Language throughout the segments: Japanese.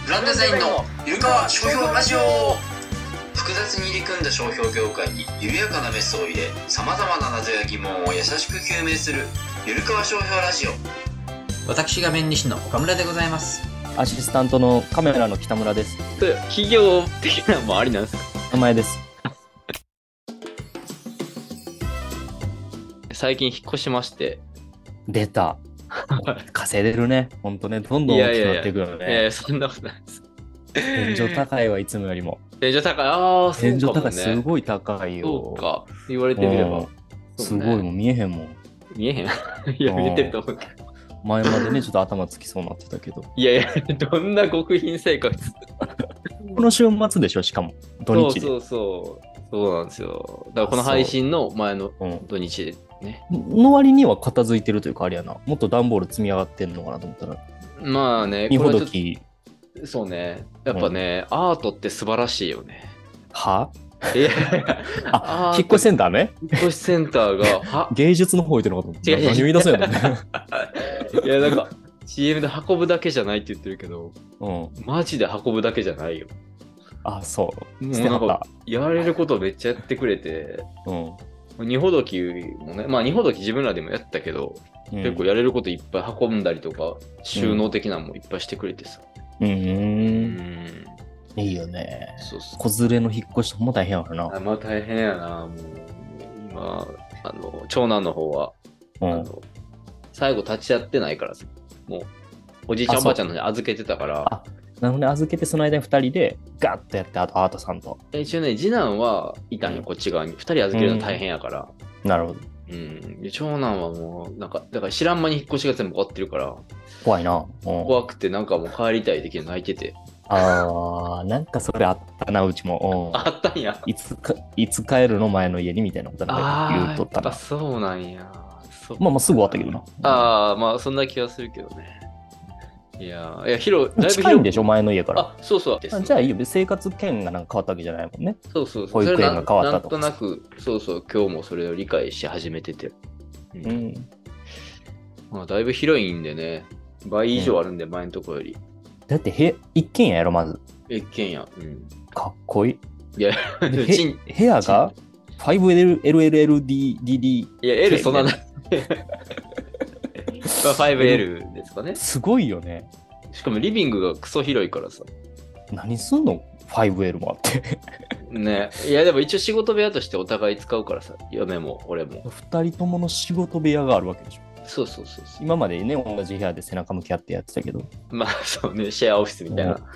グランデザインのゆるかわ商標ラジオ。複雑に入り組んだ商標業界に緩やかなメスを入れ、さまざまな謎や疑問を優しく究明するゆるかわ商標ラジオ。私が弁理士の岡村でございます。 アシスタントのカメラの北村です。 企業的なのもありなんですか？ 名前です。 最近引っ越しまして。 出た。稼いでるね。ほんとね、どんどん大きくなっていくよね。 いやそんなことないです。 天井高いわ、いつもよりも。 天井高い。ああ、そうかもね。 天井高い、すごい高いよ。 そうか。言われてみれば。 すごい、もう見えへんもん。 見えへんいや、見えてると思うけど。 前までね、ちょっと頭つきそうになってたけど。 いや、どんな極貧生活この週末でしょ、しかも。土日で。 そうなんですよ。だからこの配信の前の土日でね。 の割には片付いてるというか、あれやな。もっと段ボール積み上がってんのかなと思ったら。 まあね、 荷ほどき。 そうね。やっぱね、アートって素晴らしいよね。 はいやあ、引っ越しセンターね。 引っ越しセンターが、 芸術の方言ってるのかと思って。何を言い出すんやろね。 いや、なんか、CM で運ぶだけじゃないって言ってるけど、マジで運ぶだけじゃないよ。 あ、そう。 もうなんか、やられることめっちゃやってくれて、荷ほどきもね、まあ荷ほどき自分らでもやったけど、結構やれることいっぱい運んだりとか、収納的なのもいっぱいしてくれてさ。 いいよね。 そうそう。 子連れの引っ越しも大変やからな。 まあ大変やな。もう今、長男の方は、最後立ち会ってないからさ、もうおじいちゃんおばあちゃんの方に預けてたから。 なので預けてその間に2人でガッとやって、あとアートさんと。 一応ね、次男はいたんよ、こっち側に。2人預けるの大変やから。 なるほど。 長男はもう、なんか、だから知らん間に引っ越しが全部終わってるから。 怖いな。 怖くて、なんかもう帰りたい的に泣いてて。 なんかそれあったな、うちも。 あったんや。 いつ帰るの前の家にみたいなことなんか言うとったな。 そうなんや。 まあすぐ終わったけどな。 まあそんな気はするけどね。いや、だいぶ近いんでしょ、前の家から。 そうそう。 じゃあいいよ、生活圏がなんか変わったわけじゃないもんね。 そうそう。 保育園が変わったとか。 なんとなく、そうそう、今日もそれを理解し始めてて。まあだいぶ広いんでね、倍以上あるんで、前のところより。 だって一軒家やろ、まず。 一軒家。 かっこいい。 いや、 部屋が 5LLLDD。 いや、L そんなない。5L ですかね。 すごいよね。 しかもリビングがクソ広いからさ。 何すんの 5L もあって。 ね。いや、でも一応仕事部屋としてお互い使うからさ、嫁も俺も。 2人ともの仕事部屋があるわけでしょ。 そう。 今までね、同じ部屋で背中向き合ってやってたけど。 まあそうね、シェアオフィスみたいな。だ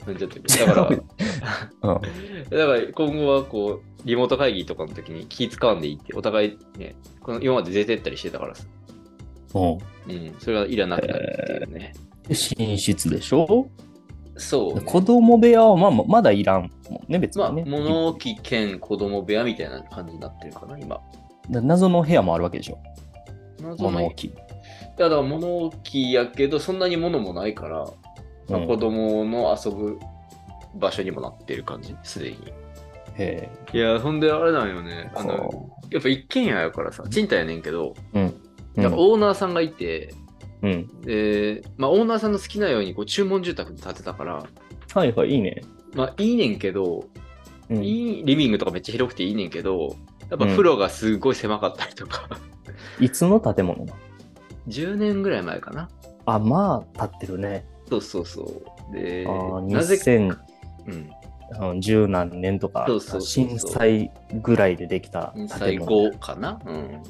から今後はこう、リモート会議とかの時に気使わんでいいって、お互いね、今まで出てったりしてたからさ。それがいらなくなるっていうね。 寝室でしょ？ そう、ね。 子供部屋はまだいらんもんね、別にね。 物置兼子供部屋みたいな感じになってるかな、今。 謎の部屋もあるわけでしょ。 物置。いや、だから物置やけど、そんなに物もないから、子供の遊ぶ場所にもなってる感じ、すでに。いや、ほんであれなんよね。やっぱ一軒家やからさ、賃貸やねんけど、オーナーさんがいて、で、まあオーナーさんの好きなように注文住宅で建てたから、 はいはい、いいね。 まあいいねんけど、リビングとかめっちゃ広くていいねんけど、やっぱ風呂がすごい狭かったりとか。 いつの建物？ 10 年ぐらい前かな。 まあ、経ってるね。 そう。で、 なぜ2010何年とか、震災ぐらいでできた建物。 震災後かな。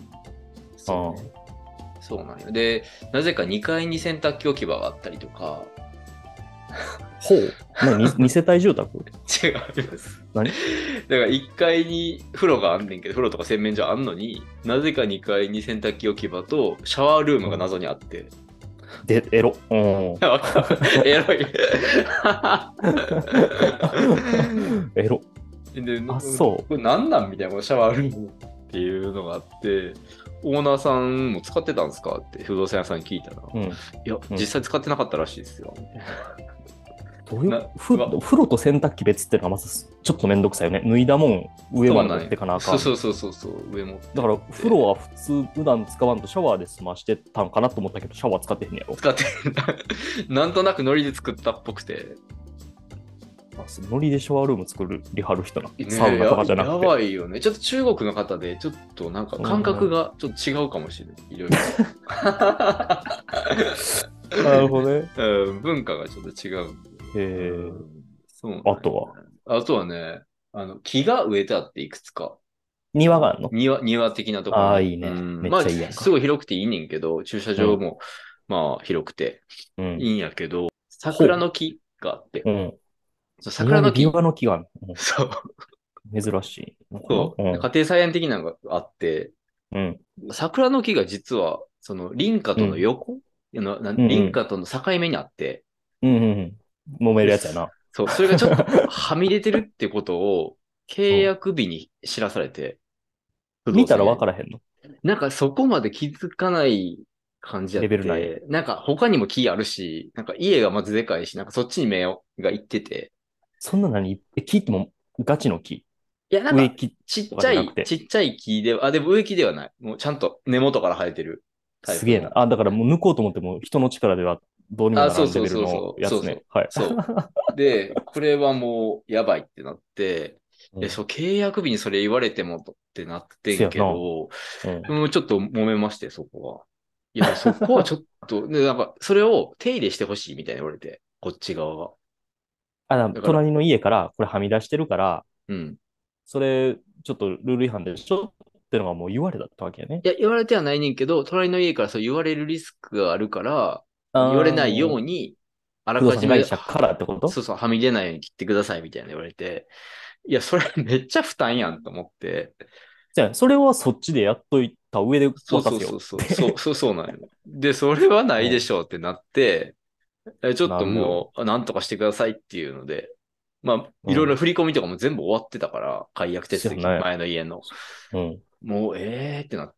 そうなんよ。で、なぜか2階に洗濯機置き場があったりとか。 ほう。2世帯住宅？ 違います。何？だから1階に風呂があんねんけど、風呂とか洗面所あんのに、なぜか2階に洗濯機置き場とシャワールームが謎にあって。 エロ。 エロい。 エロ。 で、 そう。 これ何なんみたいな、シャワールームっていうのがあって、オーナーさんも使ってたんですかって不動産屋さんに聞いたら、いや、実際使ってなかったらしいですよ。 どういう風呂と洗濯機別っていうのはまずちょっとめんどくさいよね。脱いだもん上まで持ってかなあかん。 そう上も。 だから風呂は普通普段使わんとシャワーで済ましてたんかなと思ったけど、シャワー使ってへんねやろ。 使ってへん。なんとなくノリで作ったっぽくて。 ノリでシャワールーム作りはる人な。サウナとかじゃなくて。 やばいよね。ちょっと中国の方で、ちょっとなんか感覚がちょっと違うかもしれない。いろいろ。 なるほどね。 文化がちょっと違う。そう、ね。 あとはね、木が植えてあっていくつか。 庭があるの？ 庭的なところ。 ああ、いいね。めっちゃいいやんか。 すごい広くていいねんけど、駐車場も、まあ広くていいんやけど、桜の木があって。 桜の木。庭の木がある。 そう。 珍しい。 そう。家庭菜園的なのがあって、桜の木が実は、その林家との横、林家との境目にあって、 揉めるやつやな。 そう、それがちょっとはみ出てるってことを契約日に知らされて。 見たら分からへんの？ なんかそこまで気づかない感じやって。レベルない。なんか他にも木あるし、なんか家がまずでかいし、なんかそっちに目が行ってて。 そんな木ってもガチの木？ いや、なんかちっちゃい木で、でも植木ではない。もうちゃんと根元から生えてるタイプ。すげえな。だからもう抜こうと思っても人の力ではどうにもならんレベルのやつね。はい。 そう。で、これはもうやばいってなって、契約日にそれ言われてもってなってんけど、もうちょっと揉めまして、そこは。いや、そこはちょっと、で、なんか、それを手入れしてほしいみたいに言われて、こっち側が。 隣の家からこれはみ出してるから、それ、ちょっとルール違反でしょってのがもう言われたわけやね。 いや、言われてはないねんけど、隣の家からそう言われるリスクがあるから、言われないように、あらかじめ、 からってこと？ そう、はみ出ないように切ってくださいみたいな言われて、いや、それめっちゃ負担やんと思って。 じゃあ、それはそっちでやっといた上でそうなんよ。で、それはないでしょうってなって、ちょっともう、なんとかしてくださいっていうので、まあ、いろいろ振り込みとかも全部終わってたから、解約手続き、前の家の。もう、ってなって。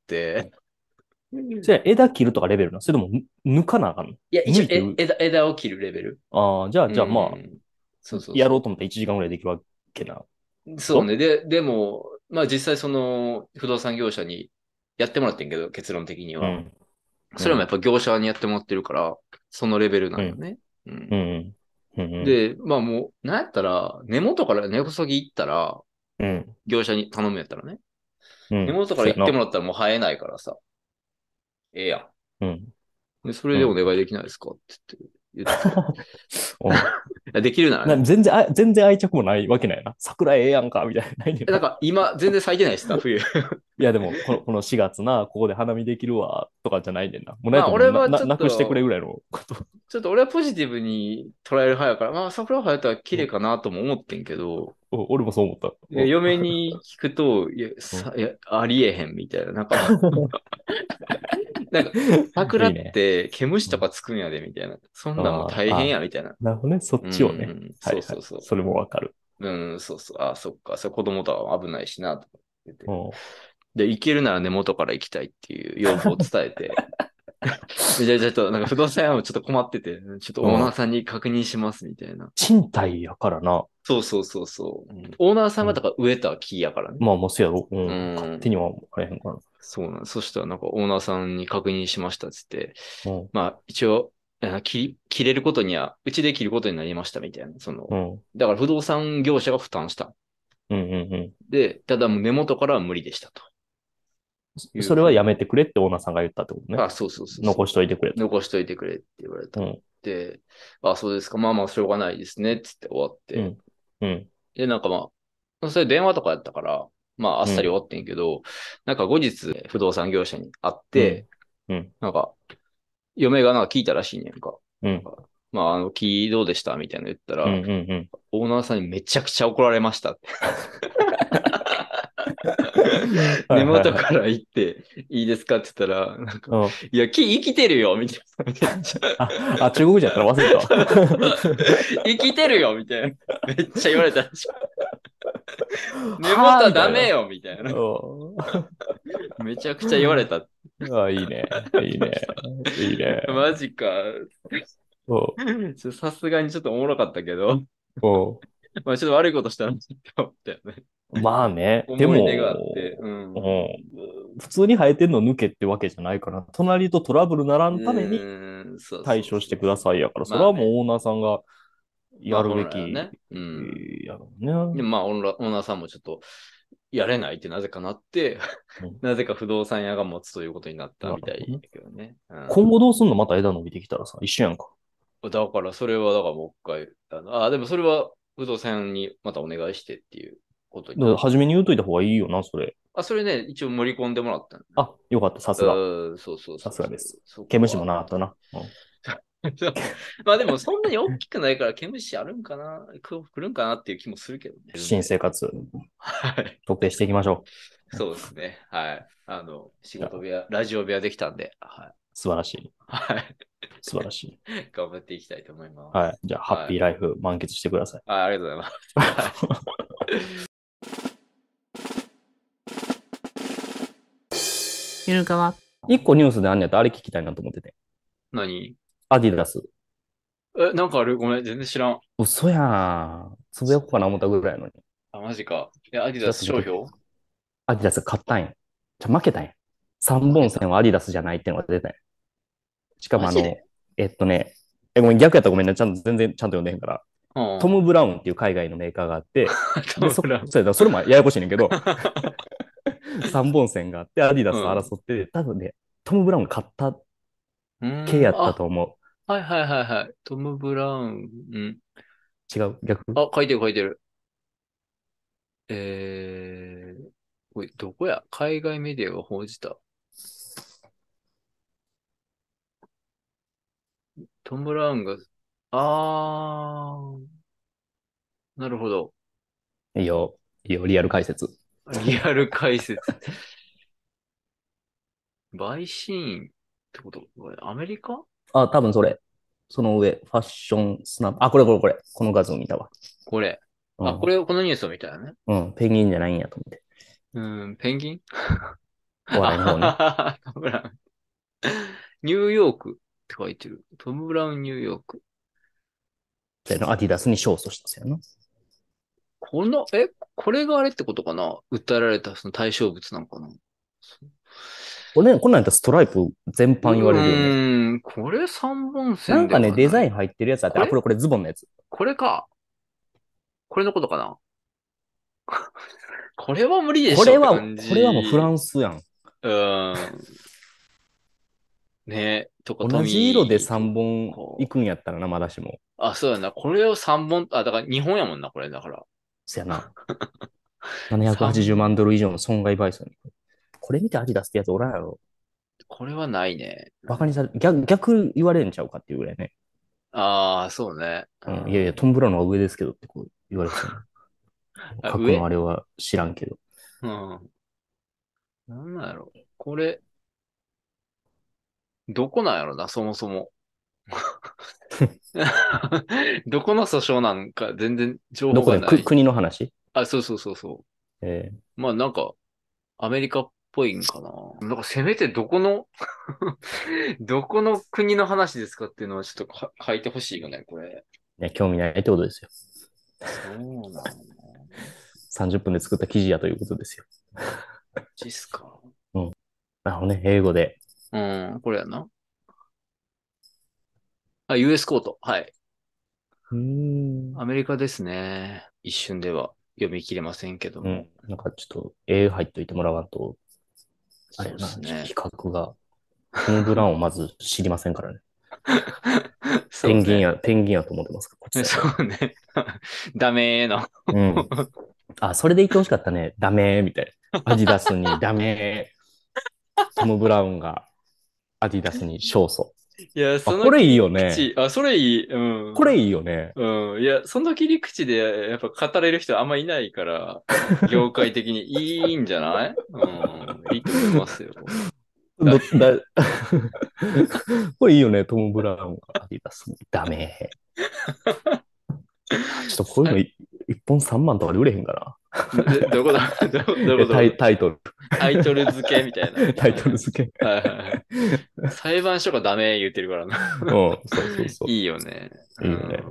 じゃあ、枝切るとかレベルな？それとも抜かなあかんの？いや、一応枝を切るレベル。 じゃあまあ、やろうと思ったら1時間ぐらいできるわけな。 そうね。でも、まあ実際その、不動産業者にやってもらってんけど、結論的には。それもやっぱ業者にやってもらってるから、そのレベルなんよね。で、まあもう、なんやったら、根元から根こそぎ行ったら、業者に頼むやったらね。根元から行ってもらったらもう生えないからさ。ええやん。で、それでお願いできないですかって言ってできるならね。全然愛着もないわけないな。桜ええやんか、みたいな。 なんか今、全然咲いてないですか、冬。いや、でもこの4月な、ここで花見できるわ、とかじゃないねんな。もうないと俺はちょっとなくしてくれぐらいのこと。 ちょっと俺はポジティブに捉える派やから、まあ桜生えたら綺麗かなとも思ってんけど、 俺もそう思った。 嫁に聞くと、いや、ありえへんみたいな。なんか、桜って毛虫とかつくんやで、みたいな。そんなんも大変や、みたいな。 なるほどね、そっちをね。 そう。 それもわかる。 そう。そっか。それ子供とは危ないしな、とか言って。で、行けるなら根元から行きたいっていう要望を伝えて。じゃあちょっと、なんか不動産屋もちょっと困ってて、ちょっとオーナーさんに確認します、みたいな。 賃貸やからな。 そう。オーナーさんがだから植えた木やからね。 まあ、もうせやろ。勝手にはあれへんから。 そうなん。そしたらなんかオーナーさんに確認しましたっつって、まあ一応、切れることには、うちで切ることになりましたみたいな。だから不動産業者が負担した。で、ただもう根元からは無理でしたと。 それはやめてくれってオーナーさんが言ったってことね。 そう。 残しといてくれ。 残しといてくれって言われた。で、そうですか。まあしょうがないですね。つって終わって。で、なんかそれ電話とかやったから、あっさり終わってんけど、なんか後日、不動産業者に会って、なんか、嫁がなんか聞いたらしいねんか。木どうでしたみたいなの言ったら、オーナーさんにめちゃくちゃ怒られましたって。根元から行って、いいですかって言ったら、なんか、いや、木生きてるよみたいな。中国人やったら忘れた。生きてるよみたいな。めっちゃ言われたでしょ。根元はダメよみたいな。めちゃくちゃ言われた。 いいね。いいね。 マジか。さすがにちょっとおもろかったけど。ちょっと悪いことしたなって思ったよね。 まあね。でも、普通に生えてんの抜けってわけじゃないから、隣とトラブルならんために対処してくださいやから、それはもうオーナーさんがやるべき。 ね。うん。 やろうね。 で、まあ、オーナーさんもちょっと、やれないってなぜかなって、なぜか不動産屋が持つということになったみたいだけどね。 今後どうすんの？また枝伸びてきたらさ、一緒やんか。 だからそれは、だからもう一回、でもそれは不動産にまたお願いしてっていうことになる。 初めに言うといた方がいいよな、それ。 それね、一応盛り込んでもらったの。 あ、よかった、さすが。 そう。 さすがです。毛虫もなかったな。 まあでもそんなに大きくないから毛虫あるんかな来るんかなっていう気もするけどね。 新生活。 はい。 特定していきましょう。そうですね。はい。仕事部屋、ラジオ部屋できたんで。はい。 素晴らしい。 はい。 素晴らしい。 頑張っていきたいと思います。 はい。じゃあ、ハッピーライフ満喫してください。 ありがとうございます。 ゆるかわ。一個ニュースであんねやったらあれ聞きたいなと思ってて。 何？ アディダス。 なんかある？ごめん、全然知らん。 嘘やん。つぶやこうかな思ったぐらいのに。 マジか。アディダス商標？ アディダス買ったんや。負けたんや。3本線はアディダスじゃないってのが出たんや。しかもごめん、逆やったらごめんね。全然ちゃんと読んでへんから。トム・ブラウンっていう海外のメーカーがあって、それもややこしいねんけど、3本線があって、アディダスと争って、多分ね、トム・ブラウン買った系やったと思う。はい。トム・ブラウン。 違う？逆？ 書いてる。これどこや？海外メディアが報じた。トム・ブラウンが、なるほど。 いいよ、リアル解説。 リアル解説。バイシーンってこと？アメリカ？ 多分それ。その上、ファッションスナップ。これ。この画像見たわ。 これ。このニュースを見たよね。 うん、ペンギンじゃないんやと思って。 ペンギン？ お笑いの方ね。 トム・ブラウン。ニューヨークって書いてる。トム・ブラウン・ニューヨーク。 アディダスに勝訴したんですよね。 これがあれってことかな？訴えられたその対象物なのかな？ こんなんやったらストライプ全般言われるよね。 これ3本線なんかね、デザイン入ってるやつあって、これズボンのやつ。 これか。これのことかな？これは無理でしょ。これはもうフランスやん。 ねとか同じ色で3本行くんやったらな、まだしも。 そうやな。これを3本、だから日本やもんな、これだから。 そやな。780万ドル以上の損害賠償に。これ見てアディダスってやつおらんやろ。 これはないね。 バカにされ、逆言われんちゃうかっていうぐらいね。 そうね。 いやいや、トム・ブラウンの方が上ですけどってこう言われてた。過去のあれは知らんけど。 なんなんやろ。これ、どこなんやろな、そもそも。どこの訴訟なんか全然情報がない。 どこで国の話？ そう。まあなんか、アメリカっぽいんかな。なんかせめてどこのどこの国の話ですかっていうのはちょっと書いてほしいよね、これ。 いや、興味ないってことですよ。 そうなの 30分で作った記事やということですよ。 ジスか。 うん。英語で。 これやな。US コート。はい。アメリカですね。一瞬では読み切れませんけども。 なんかちょっと絵入っといてもらわんと、あれな、比較が。トム・ブラウンをまず知りませんからね。ペンギンやと思ってますか、こっちそうね。ダメーの。 それで言ってほしかったね。ダメーみたいな。アディダスにダメー。トム・ブラウンがアディダスに勝訴。 いや、 これいいよね。 それいい。 これいいよね。 いや、その切り口でやっぱ語れる人あんまいないから、業界的にいいんじゃない？いいと思いますよ。 これいいよね、トム・ブラウンがアディダスにダメー。ちょっとこういうの1本3万とかで売れへんかな。どこだタイトル。 タイトル付けみたいな。 タイトル付け。 裁判所がダメ言ってるからな。 そう。 いいよね。 いいよね。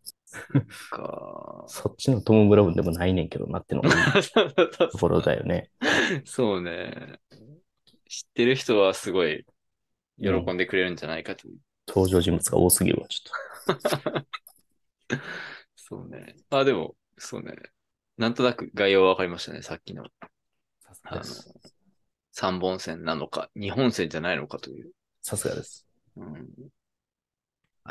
そっちのトム・ブラウンでもないねんけどなってのがいいところだよね。 そうね。知ってる人はすごい喜んでくれるんじゃないかという。 登場人物が多すぎるわ、ちょっと。 そうね。でも、そうね。なんとなく概要はわかりましたね、さっきの。3本線なのか、2本線じゃないのかという。 さすがです。 はい。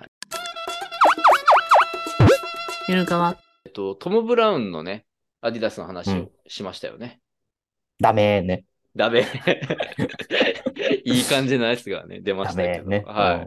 ゆるかわ。 トム・ブラウンのね、アディダスの話をしましたよね。 ダメね。 ダメ。いい感じのやつがね、出ましたけど。 ね、 はい。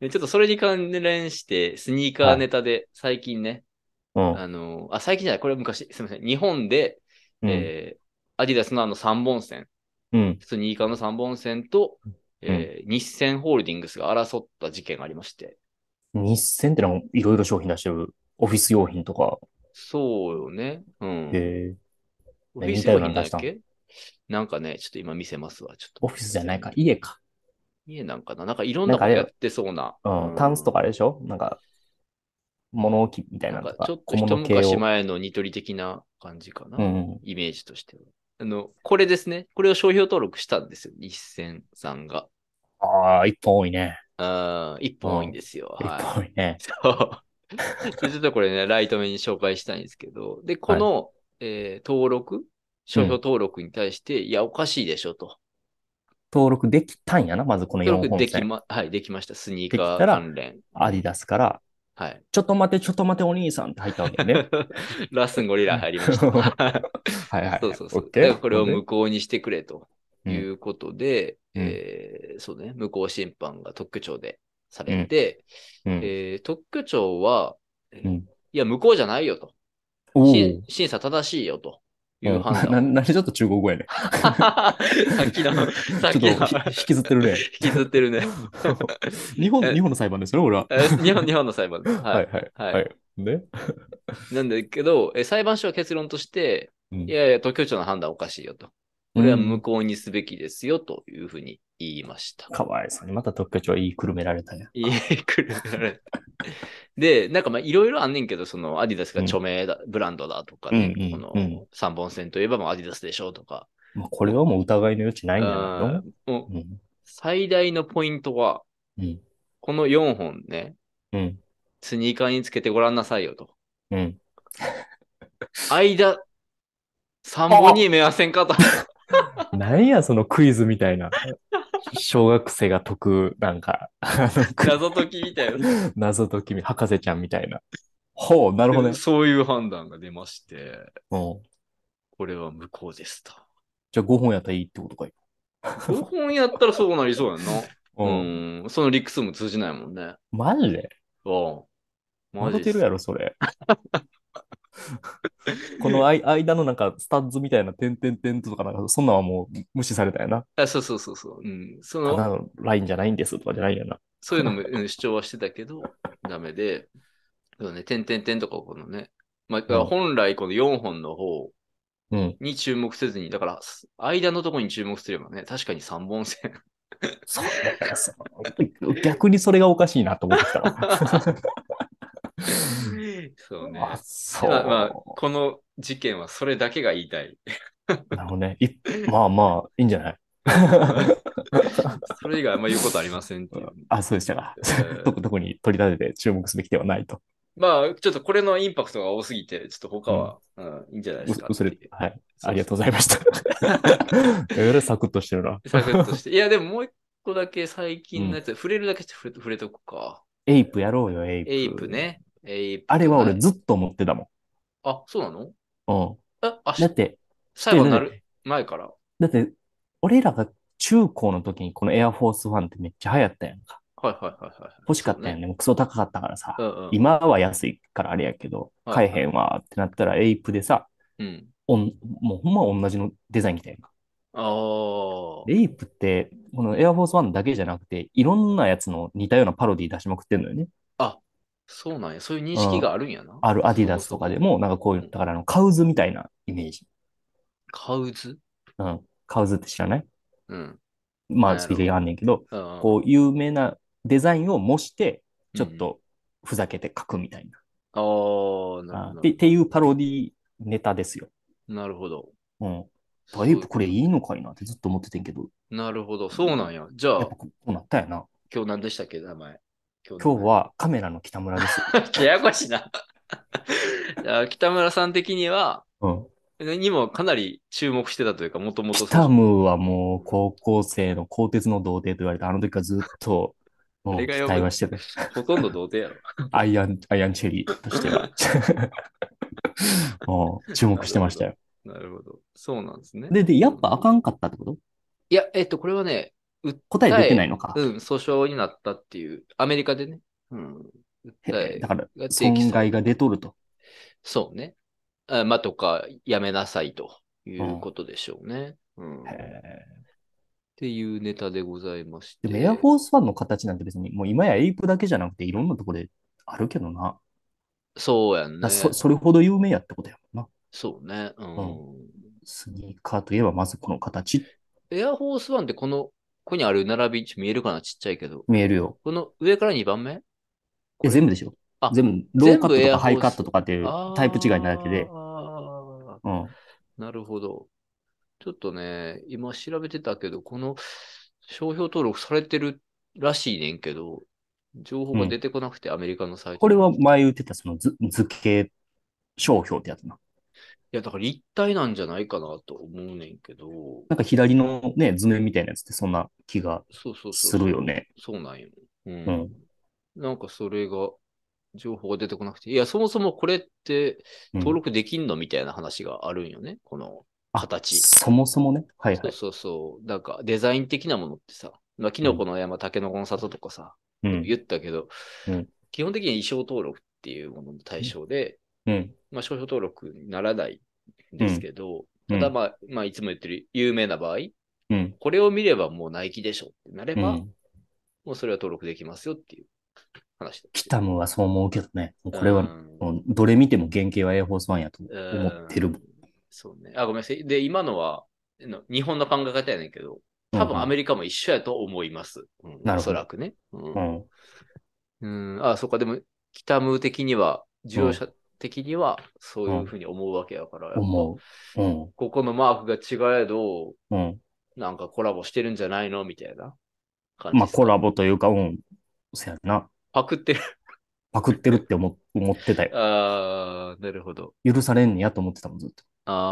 でちょっとそれに関連して、スニーカーネタで最近ね、最近じゃない、これは昔、すみません。日本で、アディダスの3本線、スニーカーの3本線と、日銭ホールディングスが争った事件がありまして。 日銭ってのはいろいろ商品出してるオフィス用品とか。 そうよね。 オフィス用品だっけなんかね、ちょっと今見せますわ。ちょっとオフィスじゃないか、家か。 家なんかななんかいろんなことやってそうな。 タンスとかあれでしょなんか、物置みたいなのとか。 ちょっと一昔前のニトリ的な感じかな。イメージとしては。これですね。これを商標登録したんですよ。日銭さんが。 一本多いね。 一本多いんですよ。 一本多いね。 そう。ちょっとこれね、ライト目に紹介したいんですけど。で、この、商標登録に対して、いや、おかしいでしょと。 登録できたんやな、まずこの4本線。 できました。スニーカー関連。 アディダスから、ちょっと待てお兄さんって入ったわけね。 ラスンゴリラ入りました。そう。で、これを無効にしてくれということで、そうね、無効審判が特許庁でされて、特許庁は、いや、無効じゃないよと。審査正しいよと。いう判断。 何ちょっと中国語やね。 さっきの。 引きずってるね。 引きずってるね。 日本の裁判ですよね、俺は。 日本の裁判です。はい。 ね。 なんだけど、裁判所は結論として、いやいや、特許庁の判断おかしいよと。これは無効にすべきですよというふうに言いました。 かわいそうに。また特許庁は言いくるめられたね。 言いくるめられた。で、なんかいろいろあんねんけど、そのアディダスが著名だ、ブランドだとかね、この3本線といえばもうアディダスでしょうとか。 これはもう疑いの余地ないんじゃないの？ 最大のポイントは、この4本ね、スニーカーにつけてごらんなさいよと。間、3本に目はせんかと。 何や、そのクイズみたいな。小学生が解く、なんか、 謎解きみたいな。 謎解き、博士ちゃんみたいな。ほう、なるほどね。 そういう判断が出まして、これは無効ですと。 じゃあ5本やったらいいってことかい。 5本やったらそうなりそうやんな。その理屈も通じないもんね。 マジで？ マジてるやろ、それ。この間のなんかスタッズみたいな点々とかなんかそんなんはもう無視されたよな。 そう。 ただのラインじゃないんですとかじゃないよな。 そういうのも主張はしてたけど、ダメで、点々とかこのね、本来この4本の方に注目せずに、だから間のところに注目すればね、確かに3本線。 そう、だからさ、逆にそれがおかしいなと思ってきたわ。 そうね。この事件はそれだけが言いたい。 なるほどね。まあ、いいんじゃない？ それ以外あんま言うことありませんっていう。 そうでしたか。特に取り立てて注目すべきではないと。 ちょっとこれのインパクトが多すぎて、ちょっと他はいいんじゃないですか。 はい。ありがとうございました。サクッとしてるな。 サクッとして。いや、でももう一個だけ最近のやつ、触れるだけ触れとくか。 エイプやろうよ、エイプ。 エイプね。 あれは俺ずっと思ってたもん。 そうなの？ だって、 最後になる前から。 だって、俺らが中高の時にこのエアフォースワンってめっちゃ流行ったやんか。欲しかったよね。クソ高かったからさ。今は安いからあれやけど、買えへんわってなったらエイプでさ、もうほんま同じのデザイン来たやんか。エイプって、このエアフォースワンだけじゃなくて、いろんなやつの似たようなパロディ出しまくってんのよね。 そうなんや。そういう認識があるんやな。 あるアディダスとかでも、なんかこういう、だからカウズみたいなイメージ。 カウズ？ カウズって知らない？ まあ、スピードがあんねんけど、こう、有名なデザインを模して、ちょっとふざけて書くみたいな。 なるほど。 っていうパロディネタですよ。 なるほど。 だいぶこれいいのかいなってずっと思っててんけど。 なるほど。そうなんや。じゃあ。 やっぱこうなったやな。 今日何でしたっけ、名前。 今日はカメラの北村です。 ややこしいな。 北村さん的には、 うん。 にもかなり注目してたというか、もともとピタムはもう高校生の鋼鉄の童貞と言われて、あの時からずっともう期誰が呼ぶ待はしてた。 ほとんど童貞やろ。 アイアンチェリーとしては。もう注目してましたよ。 なるほど。そうなんですね。 で、やっぱあかんかったってこと？ いや、これはね、 答え出てないのか。 訴訟になったっていう、アメリカでね、訴えだから、 が提起され損害が出とると。 そうね。まあ、とか、やめなさいということでしょうね。っていうネタでございまして。 でも、エアフォースワンの形なんて別に、もう今やエイプだけじゃなくていろんなところであるけどな。 そうやんね。 それほど有名やってことやもんな。 そうね。 スニーカーといえばまずこの形。 エアフォースワンってここにある並び、見えるかなちっちゃいけど。 見えるよ。 この上から2番目全部でしょ。 あ、 全部、ローカットとかハイカットとかっていうタイプ違いなだけで。 なるほど。ちょっとね、今調べてたけど、この商標登録されてるらしいねんけど、情報が出てこなくて、アメリカのサイト。 これは前言ってたその図形商標ってやつな。 いや、だから立体なんじゃないかなと思うねんけど。 なんか左のね、図面みたいなやつってそんな気がするよね。 そうなんよ。なんかそれが、情報が出てこなくて。いや、そもそもこれって登録できんのみたいな話があるんよね。この形。 そもそもね。はいはい。 そう。なんかデザイン的なものってさ、まあ、キノコの山、タケノコの里とかさ、言ったけど、基本的には衣装登録っていうものの対象で、まあ、商標登録にならないんですけど、ただまあ、いつも言ってる有名な場合、これを見ればもうナイキでしょってなれば、もうそれは登録できますよっていう話ピタムはそう思うけどね。これは、どれ見ても原型はエアフォースワンやと思ってる。 そうね。ごめんなさい。で、今のは、日本の考え方やねんけど、多分アメリカも一緒やと思います。おそらくね。そっか、でも、北ム的には、需要者的には、そういうふうに思うわけやから、やっぱ、ここのマークが違えど、なんかコラボしてるんじゃないのみたいな感じ。 まあ、コラボというか、そうやな。 パクってる。 パクってるって思ってたよ。 なるほど。 許されんねやと思ってたもん、ずっと。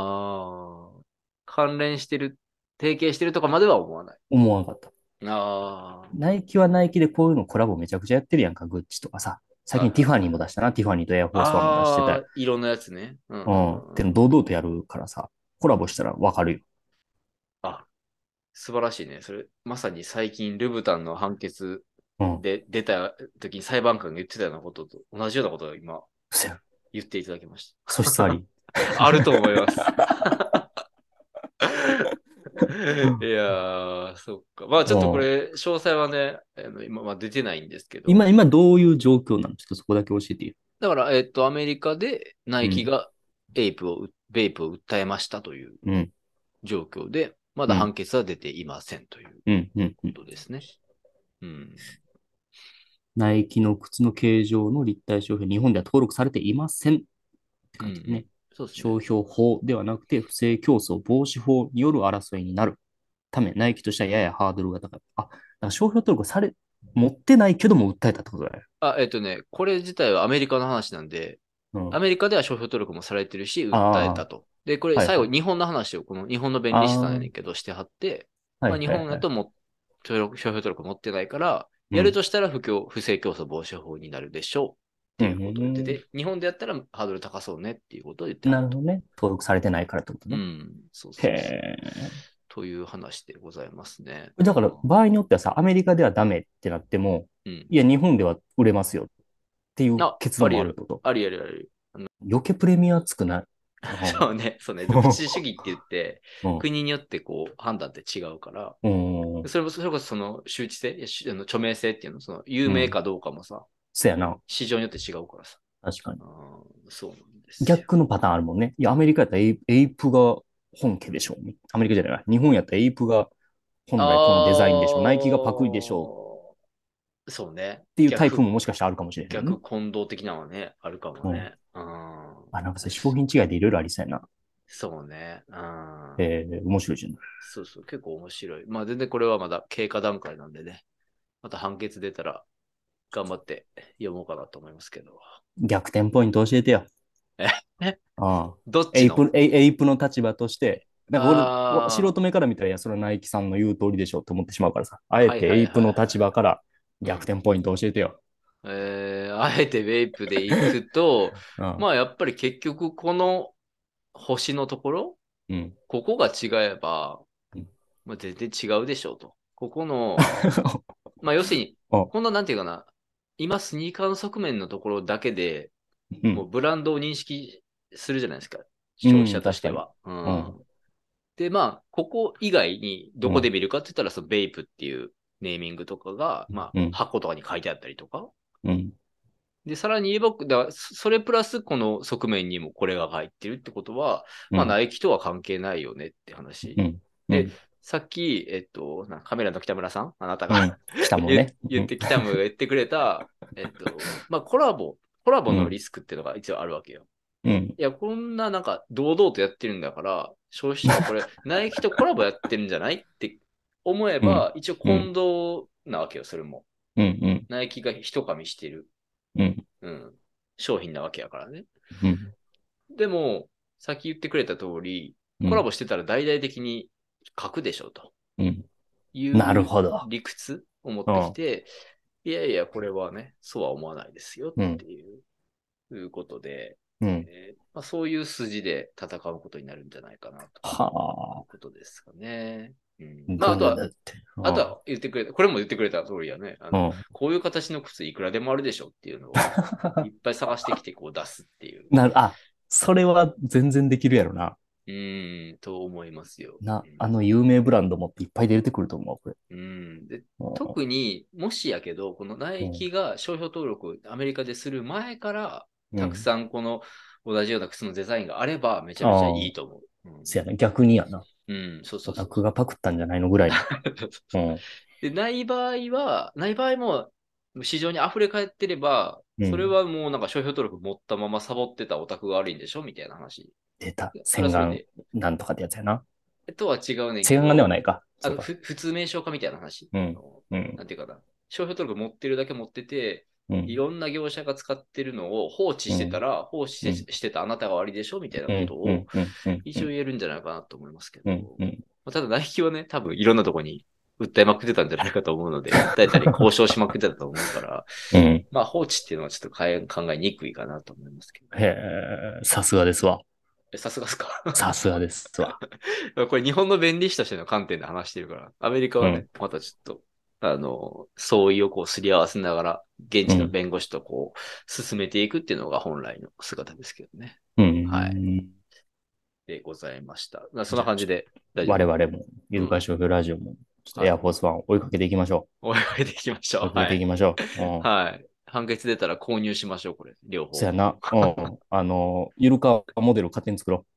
関連してる、提携してるとかまでは思わない。 思わなかった。ナイキはナイキでこういうのコラボめちゃくちゃやってるやんか、グッチとかさ。最近ティファニーも出したな、ティファニーとエアフォースワンも出してたよ。 いろんなやつね。 でも堂々とやるからさ、コラボしたらわかるよ。 素晴らしいね。それ、まさに最近ルブタンの判決で出た時に裁判官が言ってたようなことと同じようなことを今言っていただきました。 素質あり。 あると思います。いやー、そっか。まあちょっとこれ、詳細はね、今出てないんですけど。 今どういう状況なの？ちょっとそこだけ教えていい？ だから、アメリカでナイキがベイプを訴えましたという状況で、まだ判決は出ていませんということですね。 ナイキの靴の形状の立体商標、日本では登録されていませんって感じね。商標法ではなくて、不正競争防止法による争いになるため、ナイキとしてはややハードルが高い。だから商標登録持ってないけども訴えたってことだよ。 これ自体はアメリカの話なんで、アメリカでは商標登録もされてるし、訴えたと。で、これ最後、日本の話を、この日本の弁理士さんやねんけど、してはって、まあ日本だとも商標登録持ってないから、やるとしたら不正競争防止法になるでしょうっていうことを言ってて、日本でやったらハードル高そうねっていうことを言ってなるほどね。登録されてないからってことね。 そう。という話でございますね。 だから場合によってはさ、アメリカではダメってなっても、いや、日本では売れますよっていう結論もあるってこと？ あり。 余計プレミアつくない？ そうね。独自主義って言って、国によってこう判断って違うから、それこそその周知性、著名性っていうの、その有名かどうかもさ、 そうやな。 市場によって違うからさ。 確かに。 そうなんですよ。 逆のパターンあるもんね。いや、アメリカやったらエイプが本家でしょ。アメリカじゃない。日本やったらエイプが本来このデザインでしょ。ナイキがパクリでしょ。 そうね。 っていうタイプももしかしたらあるかもしれない、 逆混同的なのはね、あるかもね。 なんかさ、商品違いでいろいろありそうやな。 そうね。 面白いじゃん。 そう。結構面白い。まあ全然これはまだ経過段階なんでね。また判決出たら頑張って読もうかなと思いますけど。 逆転ポイント教えてよ。 どっちのエイプの立場として、だから俺、素あ人目から見たら、いや、それはナイキさんの言う通りでしょって思ってしまうからさ、あえはいはいてエイプのはいはい。 立場から逆転ポイント教えてよ。 あえてベイプで行くと、 うん。 まあやっぱり結局この星のところ、 うん。 ここが違えば、 うん。 まあ、全然違うでしょうと。ここの、まあ要するに、 あ、 こんななんていうかな、今スニーカーの側面のところだけでうん。 もうブランドを認識するじゃないですか。消費うん、 者とし確かに。 ては。ううん。 ん。で、まあ、ここ以外にどこでうん。 見るかって言ったら、そのベイプっていうネーミングとかが、まあ、 うん。 箱とかに書いてあったりとか。 うん。 で、さらに言えば、だからそれプラスこの側面にもこれが入ってるってことは、まあ、 うん。 ナイキとは関係ないよねって話。 うん。うで、 ん。 さっき、カメラの北村さん、あなたがうん。来たもんね。うん。 北村が言ってくれた、まあ、コラボのうん。 リスクっていうのが一応あるわけよ。 うん。 いや、こんななんか堂々とやってるんだから、消費者はこれ、ナイキとコラボやってるんじゃないって思えうん。 ば、一応うん。 混同なわけよ、それも。 うん。 ナイキが一噛みしてる、 うん。 うん、商品なわけやからね。 うん。 でも、さっき言ってくれた通り、 うん。 コラボしてたら大々的に書くでしょ、とうん。 いなるうほど。 理屈を持っうん。 てきて、いやいや、これはね、そうは思わないですよっうん。 ていうことで、 うん。 まあ、そういう筋で戦うことになるんじゃないかなというはあ。 ことですかね。うん。まあ、あとは、 全然だって。 あとは言ってくれた、これも言ってくれた通りやね。 うん。うん。 こういう形の靴いくらでもあるでしょっていうのをいっぱい探してきてこう出すっていう。 それは全然できるやろな。 と思いますよ。 有名ブランドもっていっぱい出てくると思う、これ。 で、 う特にもしやけど、このナイん。 キが商標登録アメリカでする前から、たくうん。 さんこの同じような靴のデザインがあればめちゃめちゃいああ。 いと思う。 せやな。逆にやな。 そうそオうそうそう。 タクがパクったんじゃないのぐらいの。うん。 で、ない場合も、市場に溢れ返ってれば、それうん。 はもうなんか商標登録持ったままサボってたオタクが悪いんでしょみたいな話。 出た。 それは洗顔それで。 なんとかってやつやな。 とは違うねんけ洗顔ではど、 ないか。そうか。 普通名称化みたいな話。 うん。うん。 なんていうかな。商標登録持ってるだけ持ってて、 うん。 いろんな業者が使ってるのを放置してたうん。 ら、放置うん。 してたあなたが悪いでしょみたいなうん。 ことをうん。うん。うん。うん。 一応言えるんじゃないかなと思いますけど、 うん。うん。 ただナイキはね、多分いろんなとこに訴えまくってたんじゃないかと思うので、訴えたり交渉しまくってたと思うから、 うん。 まあ放置っていうのはちょっと考えにくいかなと思いますけど。 へえ、さすがですわ。 さすがですか？ さすがですわ。 これ日本の弁理士としての観点で話してるから、アメリカはね、 うん。 またちょっと、相違をこうすり合わせながら、現うん。 地の弁護士とこう、進めていくっていうのが本来の姿ですけどね。 うはい。 ん。 でございました。まあそんじゃあ、 な感じで大丈夫。 我々も、ゆうん。 るかしょラジオも、ちょっとはい。 エアフォースワンを追いかけていきましょお願いでいきましょう。 う。追いかけはい。 ていきましょう。うん。 はい。判決出たら購入しましょう、これ。両方。 そやな。うん。ゆるかモデル勝手に作ろ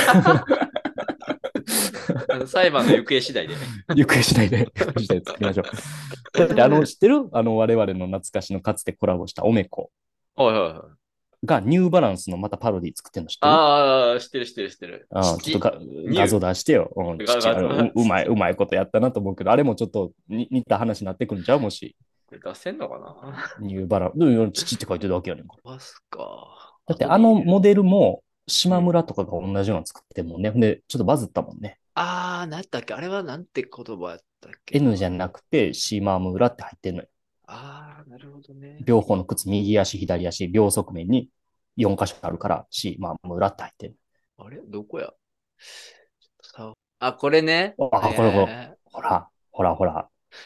裁判の行方次第で。 う。行方次第で、行方次第で作りましょう。だって、知ってる我々の懐かしのかつてコラボしたオメコはいはいはい。 がニューバランスのまたパロディ作ってんの知ってる？ ああ、知ってる知ってる知ってる。 うん、ちょっと画像ニュ出してよ。うん、 ー。 うまいことやったなと思うけど、あれもちょっと似た話になってくるんちゃう？もし。 出せんのかな？ ニューバランス、うん父って書いてるだけやねんか。 バスか。 だって後で入れる。 モデルもうん。 島村とかが同じようなの作ってるもんね。で、ちょっとバズったもんね。 何やったっけ？あれはなんて言葉やったっけ N じゃな。 なくて島村って入ってんのよ。 なるほどね。 両方の靴、右足、左足、両側面に4箇所あるから島村って入ってる。 あれどこや？これね。はいこれ、 はいはい。 ほら。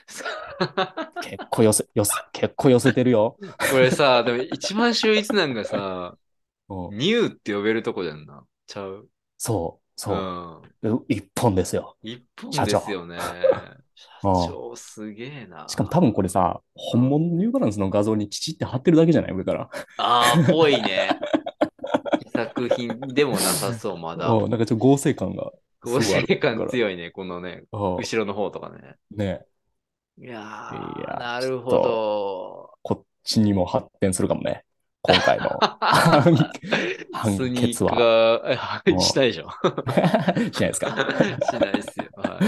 結構寄せてるよ。 これさ、でも一番秀逸なんがさ、 うん、 ニューって呼べるとこじゃんな。ちゃう。うそん。 一本ですよ。 一本社長。 ですよね。社うん。 長すげえな。 しかも多分これさ、 うん。 本物のニューバランスの画像にチチって貼ってるだけじゃない？上から。 ぽいね。試作品でもなさそう、まだ。 うん、なんかちょっと合成感が合すごいある成感から。 強いね、このね、 う後ろの方とかね。 ん、ね。 いやいや、ちょっなるほと、 ど。 こっちにも発展するかもね。今回の判スニーカ決は。 ー、しうん、 ないでしょ。 しないですか。 しないですよ。はい。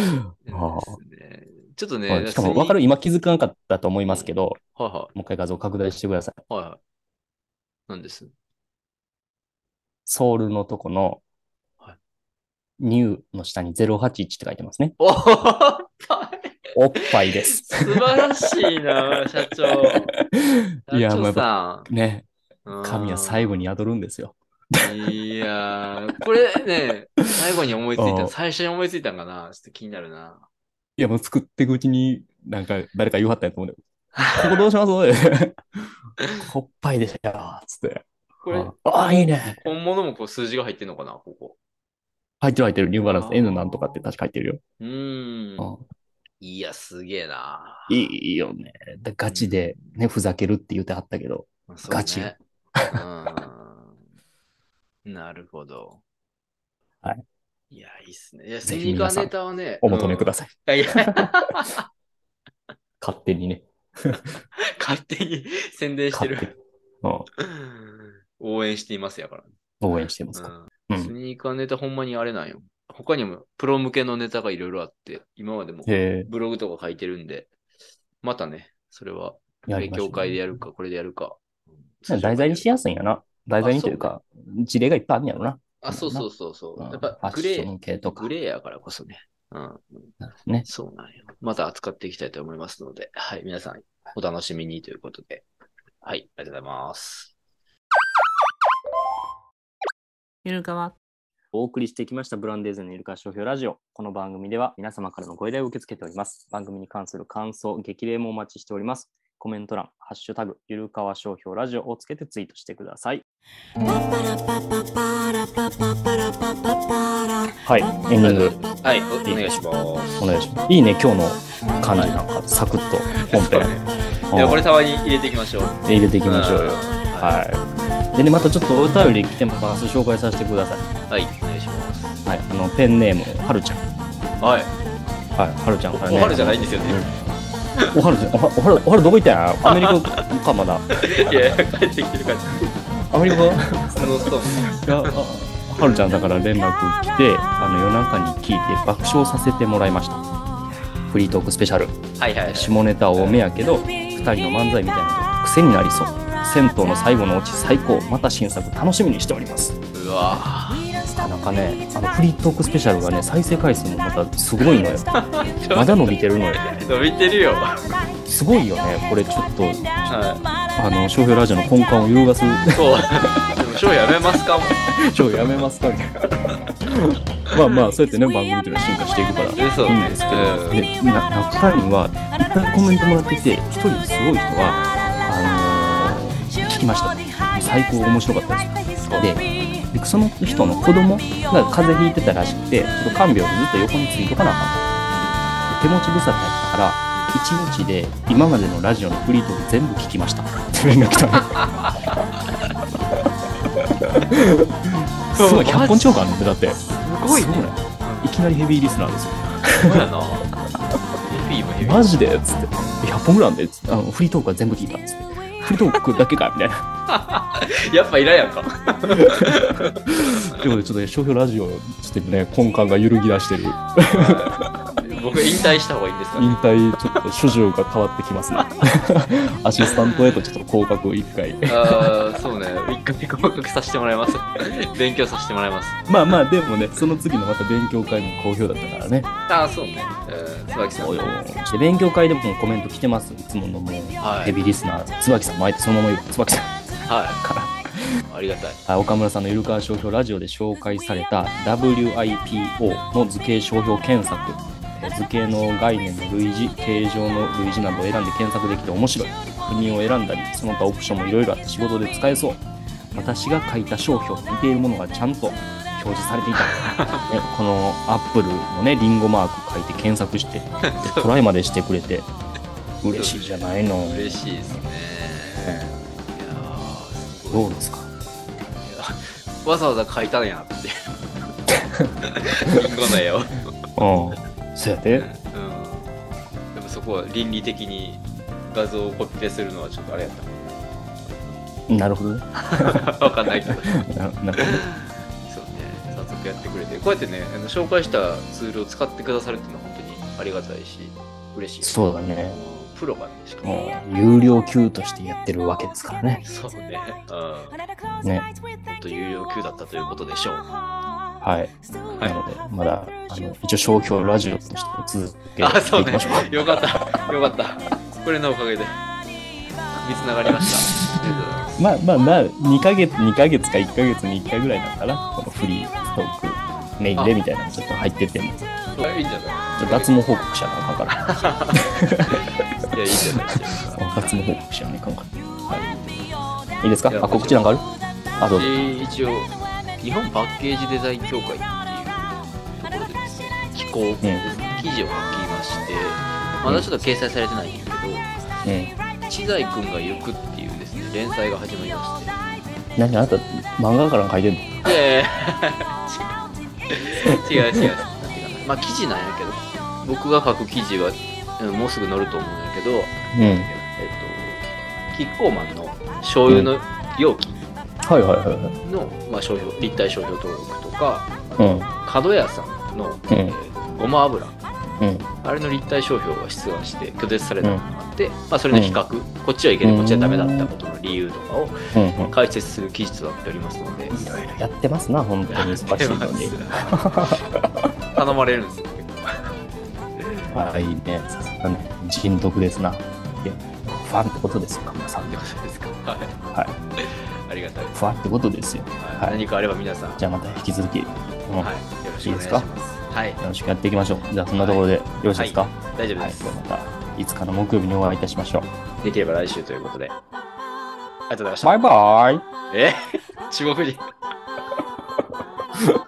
ですあね。ちょっとあ、はい、 ね、 しかも分かる、今気づかなかったと思いうん。 ますけど、 はいはもう一回画像拡大してください。 い。はいはい。なんです。 ソールのとこの、ニューの下に081って書いてますね。 おっぱいです。 素晴らしいな、社長。 いや、もうやっぱね、神は最後に宿るんですよ。 いやー、これね、最後に思いついた、最初に思いついたんかな、ちょっと気になるな。 いや、もう作っていくうちに、なんか誰か言わはったんやと思うんだよ。ここどうしますおっぱいでしょ、つって。 これ、 いいね。 本物もこう数字が入ってるのかな、ここ。 入ってる。ニューバランス N なんとかって確か入ってるよ。いや、すげえな。 いいよね。ガチでね、ふざけるって言ってはったけど、ガチ。 なるほど。 はい。 いや、いいっすね。いや、スニーカーネタはね。 お求めください。勝手にね。 勝手に宣伝してる。応援していますやから。 応援してますか。 スニーカーネタほんまにあれなんよ。他にもプロ向けのネタがいろいろあって、今までもブログとか書いてるんで、またね、それは勉強会でやるか、これでやるか。 題材にしやすいんやな。題材にというか、事例がいっぱいあるんやろな。 そう。やっぱグレーやからこそね。 ね。 そうなんよ。また扱っていきたいと思いますので、はい、皆さんお楽しみにということで。はい、ありがとうございます。 ゆるかわ。お送りしてきましたブランデーズのゆるかわ商標ラジオ。この番組では皆様からのご依頼を受け付けております。番組に関する感想、激励もお待ちしております。コメント欄、ハッシュタグ、ゆるかわ商標ラジオをつけてツイートしてください。はい、エンディング。 はい、お願いします。 お願いします。いいね、今日の感じなんか、サクッと本編。 いや、これたまに入れていきましょう。 入れていきましょうよ。はい。でね、またちょっとお便り来てます。紹介させてください。 はい、お願いします。 はい、ペンネーム、はるちゃん。 はい。 はい、はるちゃんからね。 おはるじゃないんですよね。 おはるどこ行ったんや。アメリカかまだ。 いや、帰ってきてるから。 アメリカいや、 はるちゃんだから連絡来て、夜中に聞いて爆笑させてもらいました。フリートークスペシャル。下ネタ多めやけど、2人の漫才みたいなの癖になりそう。銭湯の最後のオチ最高。また新作楽しみにしております。 うわなんかね、フリートークスペシャルがね、再生回数もまたすごいのよ。まだ伸びてるのよ。 伸びてるよ。 すごいよね。これちょっと、商標ラジオの根幹を揺るがす。 そう。でも商標やめますかも。 商標やめますかみたいな。まあそうやってね、番組っていうのは進化していくからいいんですけど、で中にはいっぱいコメントもらってて、一人すごい人は聞きました。最高面白かったです。でその人の子供が風邪ひいてたらしくて、ちょっと看病でずっと横についとかなあかん。手持ち無沙汰やったから1日で今までのラジオのフリートーク全部聞きましたって連絡来たの。すごい100本超過あるんで、だってすごいね。 いきなりヘビーリスナーですよ。 そうやな。 マジでっつって100本ぐらいあんでっつって、フリートークは全部聞いたっつって、フリートークだけかみたいな。 やっぱいらんやんか。 ということで、ちょっとね、商標ラジオしてね、根幹が揺るぎ出してる。 僕、引退した方がいいんですか、ね、 引退、ちょっと主従が変わってきますね。アシスタントへとちょっと降格を1回。 そうね、1回降格させてもらいます。勉強させてもらいます。 まあ、でもね、その次のまた勉強会も好評だったからね。 そうね。椿さん。 で勉強会でもコメント来てます。いつものもう、ヘビーリスナー、椿さんもあえてそのまま言う、椿さん。 から。ありがたい。 岡村さんのゆるかわ商標ラジオで紹介された WIPO の図形商標検索。図形の概念の類似、形状の類似などを選んで検索できて面白い。国を選んだり、その他オプションもいろいろあって仕事で使えそう。私が書いた商標と似ているものがちゃんと表示されていた。このアップルのね、リンゴマーク書いて検索して、トライまでしてくれて、嬉しいじゃないの。 嬉しいですね。 どうですか。 わざわざ書いたんやって。リンゴの絵を。 そうやで。 でもそこは倫理的に画像をコピペするのはちょっとあれやった。 なるほどね。 わかんないけど。 なるほど。そうね、 早速やってくれて、こうやってね、紹介したツールを使ってくださるっていうのは本当にありがたいし、嬉しい。 そうだね。 プロがね、しかも。 もう有料級としてやってるわけですからね。 そうね。 ね。 ほんと有料級だったということでしょう。 はい。なので、まだ、一応商標ラジオとして続けていきましょうか。 よかった。よかった。これのおかげで、見つながりました。 まあ、2ヶ月か1ヶ月に1回ぐらいなのかな。このフリートークメインでみたいなのちょっと入ってても。 いいんじゃない脱毛報告者なのかから。 いや、いいんじゃない脱毛報告者ね、かんから。はい。いいですか？告知なんかある？どうぞ。 一応、日本パッケージデザイン協会っていうところでですね、寄稿ですね、記事を書きまして、まだちょっと掲載されてないんですけど、知財くんが行くっていうですね、連載が始まりまして。 何あなた、漫画から書いてんの？ いや違う。まあ記事なんやけど、僕が書く記事はもうすぐ載ると思うんやけど、キッコーマンの醤油の容器の、まあ、立体商標登録とか、角屋さんの、ごま油、あれの立体商標が出願して拒絶されたのがあって、まあ、それの比較、こっちはいけないこっちはダメだったことの理由とかを解説する記事となっておりますので、 いろいろやってますな、本当に忙しいのに。 頼まれるんですよ。 いいね、さすがね、人徳ですな。ファンってことですよ、神田さん。 ってことですか。はい。ありがたいです。 ファンってことですよ。 何かあれば皆さん。 じゃあまた引き続き、よろしくお願いします。 はい。よろしくやっていきましょう。じゃあそんなところでよろしいですか？ 大丈夫です。 またいつかの木曜日にお会いいたしましょう。 できれば来週ということで。ありがとうございました。 バイバイ。 中国人。